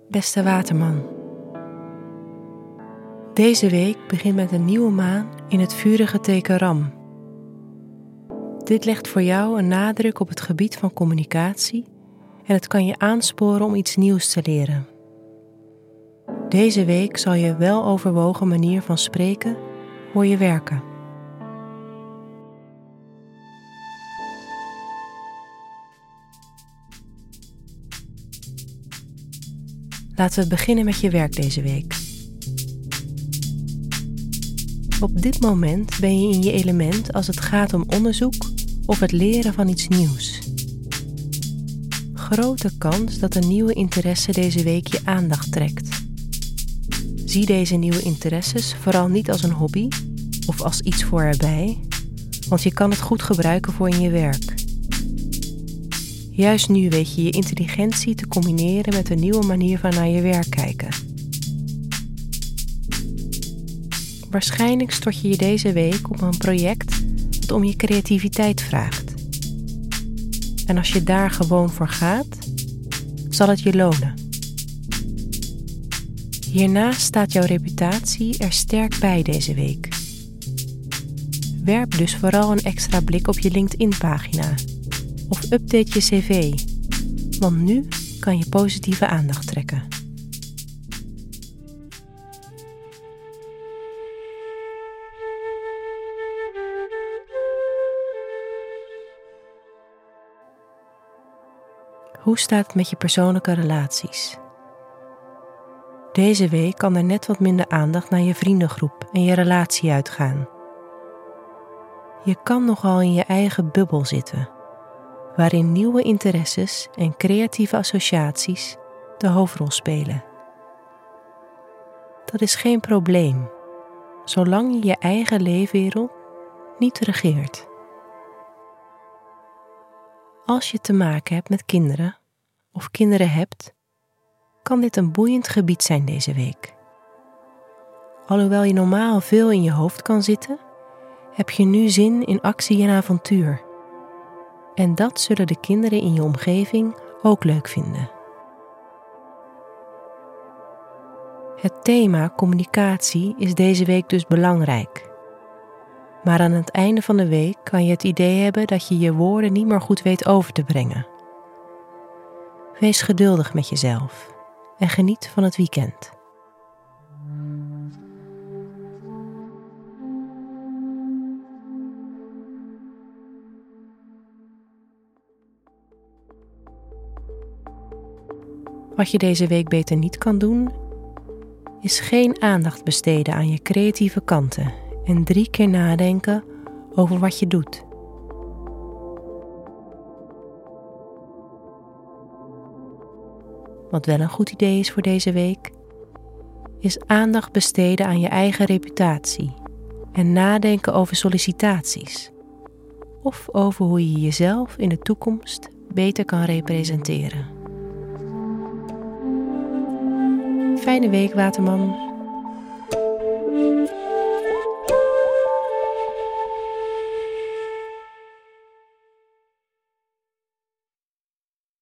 Beste Waterman. Deze week begint met een nieuwe maan in het vurige teken Ram. Dit legt voor jou een nadruk op het gebied van communicatie en het kan je aansporen om iets nieuws te leren. Deze week zal je wel overwogen manier van spreken voor je werken. Laten we beginnen met je werk deze week. Op dit moment ben je in je element als het gaat om onderzoek of het leren van iets nieuws. Grote kans dat een nieuwe interesse deze week je aandacht trekt. Zie deze nieuwe interesses vooral niet als een hobby of als iets voor erbij, want je kan het goed gebruiken voor in je werk. Juist nu weet je je intelligentie te combineren met een nieuwe manier van naar je werk kijken. Waarschijnlijk stort je je deze week op een project dat om je creativiteit vraagt. En als je daar gewoon voor gaat, zal het je lonen. Hiernaast staat jouw reputatie er sterk bij deze week. Werp dus vooral een extra blik op je LinkedIn-pagina of update je cv, want nu kan je positieve aandacht trekken. Hoe staat het met je persoonlijke relaties? Deze week kan er net wat minder aandacht naar je vriendengroep en je relatie uitgaan. Je kan nogal in je eigen bubbel zitten, waarin nieuwe interesses en creatieve associaties de hoofdrol spelen. Dat is geen probleem, zolang je je eigen leefwereld niet regeert. Als je te maken hebt met kinderen of kinderen hebt, kan dit een boeiend gebied zijn deze week. Alhoewel je normaal veel in je hoofd kan zitten, heb je nu zin in actie en avontuur. En dat zullen de kinderen in je omgeving ook leuk vinden. Het thema communicatie is deze week dus belangrijk. Maar aan het einde van de week kan je het idee hebben dat je je woorden niet meer goed weet over te brengen. Wees geduldig met jezelf en geniet van het weekend. Wat je deze week beter niet kan doen, is geen aandacht besteden aan je creatieve kanten en 3 keer nadenken over wat je doet. Wat wel een goed idee is voor deze week, is aandacht besteden aan je eigen reputatie en nadenken over sollicitaties of over hoe je jezelf in de toekomst beter kan representeren. Fijne week, Waterman.